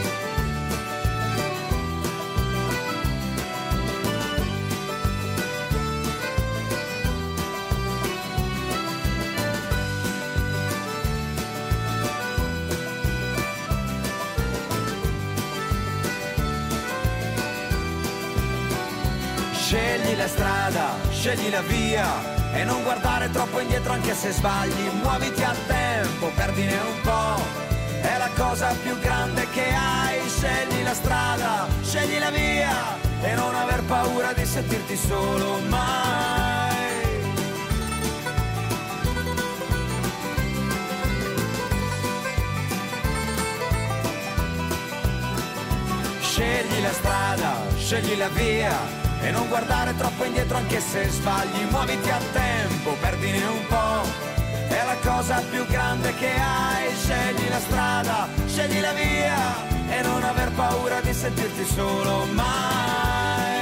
Speaker 13: Scegli la strada, scegli la via e non guardare troppo indietro anche se sbagli. Muoviti a tempo, perdine un po', è la cosa più grande che hai. Scegli la strada, scegli la via e non aver paura di sentirti solo mai. Scegli la strada, scegli la via e non guardare troppo indietro anche se sbagli. Muoviti a tempo, perdine un po', è la cosa più grande che hai. Scegli la strada, scegli la via e non aver paura di sentirti solo mai.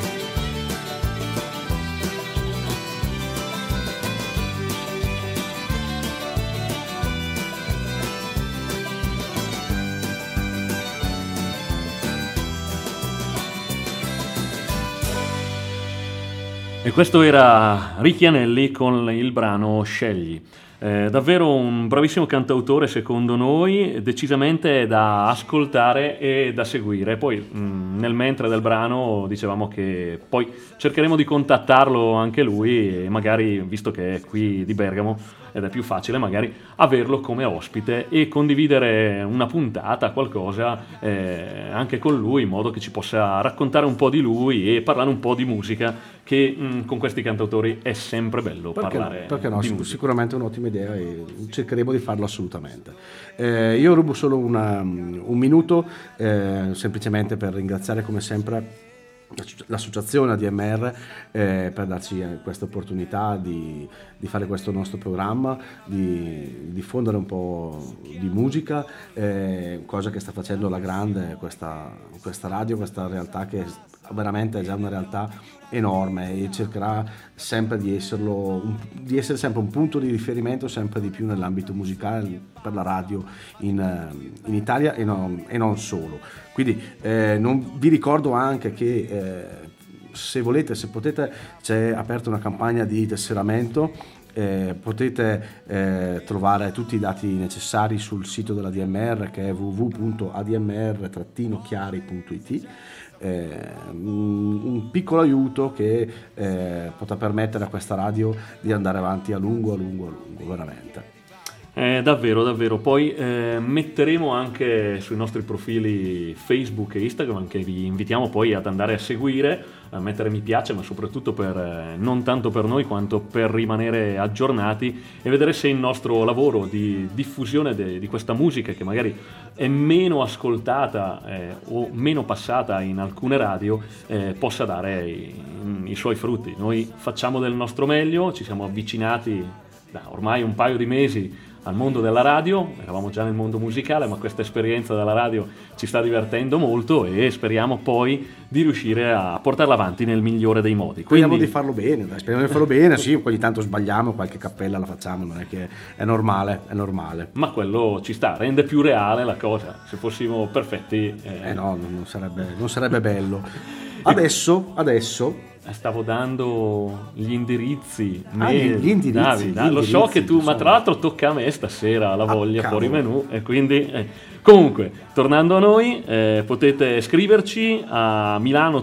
Speaker 4: E questo era Ricky Anelli con il brano Scegli. Davvero un bravissimo cantautore secondo noi, decisamente da ascoltare e da seguire. Poi nel mentre del brano dicevamo che poi cercheremo di contattarlo anche lui e magari, visto che è qui di Bergamo ed è più facile, magari averlo come ospite e condividere una puntata, qualcosa anche con lui, in modo che ci possa raccontare un po' di lui e parlare un po' di musica, che con questi cantautori è sempre bello parlare.
Speaker 2: Perché no?
Speaker 4: Di musica.
Speaker 2: Sicuramente è un'ottima idea e cercheremo di farlo assolutamente. Io rubo solo un minuto semplicemente per ringraziare come sempre l'associazione ADMR per darci questa opportunità di fare questo nostro programma, di diffondere un po' di musica, cosa che sta facendo alla grande questa radio, questa realtà che veramente è già una realtà enorme e cercherà sempre di essere sempre un punto di riferimento sempre di più nell'ambito musicale per la radio in Italia e non solo. Quindi vi ricordo anche che se potete, c'è aperta una campagna di tesseramento. Potete trovare tutti i dati necessari sul sito della DMR, che è www.admr-chiari.it. Un piccolo aiuto che potrà permettere a questa radio di andare avanti a lungo veramente.
Speaker 4: Davvero. Poi metteremo anche sui nostri profili Facebook e Instagram, che vi invitiamo poi ad andare a seguire, a mettere mi piace, ma soprattutto non tanto per noi quanto per rimanere aggiornati e vedere se il nostro lavoro di diffusione di questa musica, che magari è meno ascoltata o meno passata in alcune radio, possa dare i suoi frutti. Noi facciamo del nostro meglio, ci siamo avvicinati da ormai un paio di mesi al mondo della radio. Eravamo già nel mondo musicale, ma questa esperienza della radio ci sta divertendo molto e speriamo poi di riuscire a portarla avanti nel migliore dei modi.
Speaker 2: Speriamo di farlo bene, dai, speriamo di farlo bene, sì, ogni tanto sbagliamo, qualche cappella la facciamo, non è che è normale.
Speaker 4: Ma quello ci sta, rende più reale la cosa. Se fossimo perfetti...
Speaker 2: no, non sarebbe bello. Adesso
Speaker 4: stavo dando gli indirizzi.
Speaker 2: Gli indirizzi.
Speaker 4: Lo so che tu, ma tra l'altro tocca a me stasera la voglia
Speaker 2: cavolo.
Speaker 4: fuori menù, e quindi comunque, tornando a noi, potete scriverci a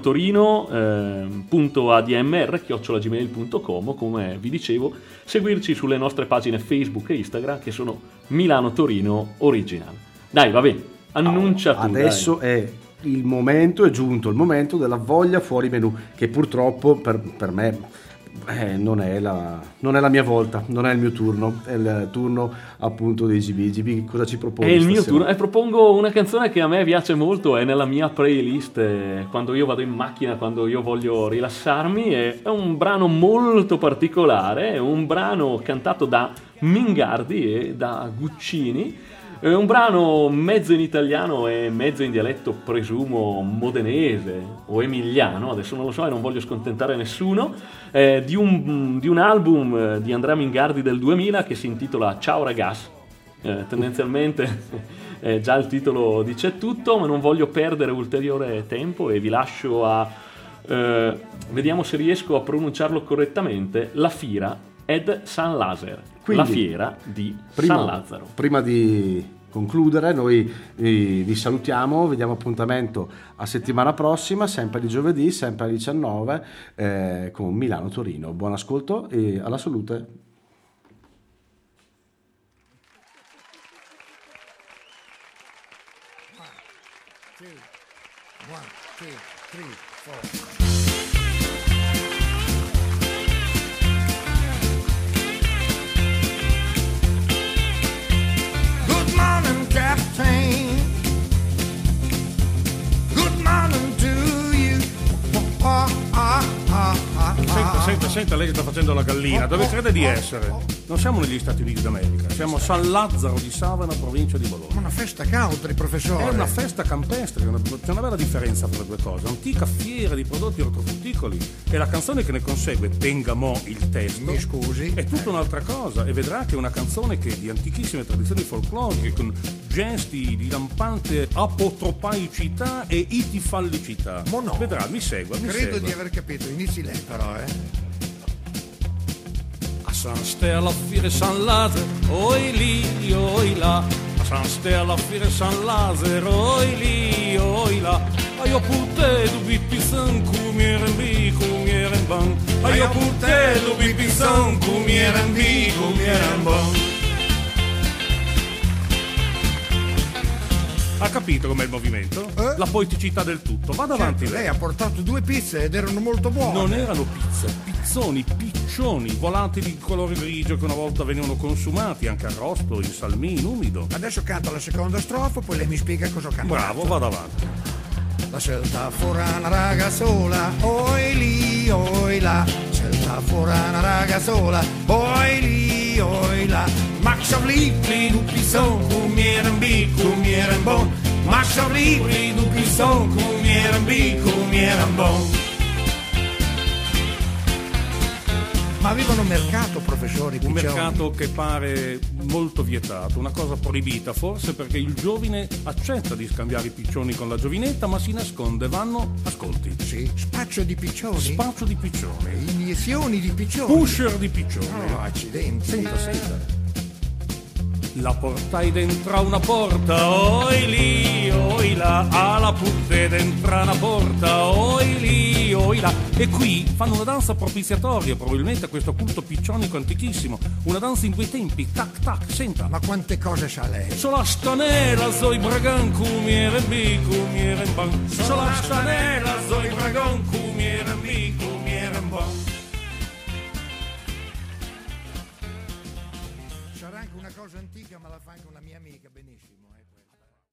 Speaker 4: milanotorino.admr@gmail.com, come vi dicevo, seguirci sulle nostre pagine Facebook e Instagram, che sono Milano Torino Original. Dai, vabbè, annuncia tu.
Speaker 2: Adesso
Speaker 4: dai.
Speaker 2: è giunto il momento della voglia fuori menù, che purtroppo per me non è la mia volta, non è il mio turno, è il turno appunto dei GB. GB, cosa ci proponi?
Speaker 4: È il mio turno, e propongo una canzone che a me piace molto, è nella mia playlist quando io vado in macchina, quando io voglio rilassarmi. È un brano molto particolare, è un brano cantato da Mingardi e da Guccini. È un brano mezzo in italiano e mezzo in dialetto, presumo modenese o emiliano, adesso non lo so e non voglio scontentare nessuno, di un album di Andrea Mingardi del 2000 che si intitola Ciao ragazzi. Tendenzialmente già il titolo dice tutto, ma non voglio perdere ulteriore tempo e vi lascio a vediamo se riesco a pronunciarlo correttamente, La Fira ed San Laser. Quindi, la fiera di San Lazzaro.
Speaker 2: Prima di concludere, noi vi salutiamo, vediamo appuntamento a settimana prossima, sempre di giovedì, sempre alle 19, con Milano Torino. Buon ascolto e alla salute.
Speaker 1: One, two, three, four.
Speaker 11: Captain, good morning to you. Senta, lei sta facendo la gallina. Dove crede di essere? Non siamo negli Stati Uniti d'America, siamo a San Lazzaro di Savena, provincia di Bologna.
Speaker 1: Ma una festa country, professore.
Speaker 11: È una festa campestre, c'è una bella differenza tra le due cose. Antica fiera di prodotti ortofrutticoli, e la canzone che ne consegue, Tenga mo il testo,
Speaker 1: mi scusi,
Speaker 11: è tutta un'altra cosa, e vedrà che è una canzone che è di antichissime tradizioni folcloriche, con gesti di lampante apotropaicità e itifallicità.
Speaker 1: No.
Speaker 11: Vedrà, mi segua.
Speaker 1: Credo di aver capito, inizi lei però,
Speaker 11: A San Stella Fiere San Lazzaro, oi lì, oi là. A San Stella Fiere San Lazzaro, oi lì, oi là. A io purte du bippisan cumieren bi, cumieren ban. A io purte du bippisan cumieren bi, cumieren ban. Ha capito com'è il movimento? La poeticità del tutto. Vada avanti
Speaker 1: lei ha portato 2 pizze ed erano molto buone.
Speaker 11: Non erano pizze, pizzoni, piccioni, volatili di colore grigio che una volta venivano consumati anche arrosto, in salmì, in umido.
Speaker 1: Adesso canto la seconda strofa, poi lei mi spiega cosa ho cantato.
Speaker 11: Bravo, vada avanti.
Speaker 1: La scelta fuori una raga sola, oi lì, oi là. Scelta fuori una raga sola, oi lì, oi là. Maxa vlipli du pison, cumieren bi, cumieren bon. Maxa vlipli du pison, cumieren bi, cumieren bon. Ma avevano mercato, professori?
Speaker 11: Un mercato che pare molto vietato, una cosa proibita, forse perché il giovine accetta di scambiare i piccioni con la giovinetta, ma si nasconde. Vanno, ascolti.
Speaker 1: Sì, spaccio di piccioni?
Speaker 11: Spaccio di piccioni.
Speaker 1: Iniezioni di piccioni?
Speaker 11: Pusher di piccioni.
Speaker 1: No, accidenti.
Speaker 11: Senta. La portai dentro una porta, oi lì, oi là. Alla putte dentro una porta, oi lì, oi là. E qui fanno una danza propiziatoria, probabilmente a questo culto piccionico antichissimo. Una danza in 2 tempi, tac tac, senta.
Speaker 1: Ma quante cose sa lei?
Speaker 11: Sola stanella, zoi bragan, cumieren bi, cumieren ban. Sola stanella, zoi bragan, cumieren bi, cumieren ban.
Speaker 1: Sarà anche una cosa antica, ma la fa anche una mia amica benissimo.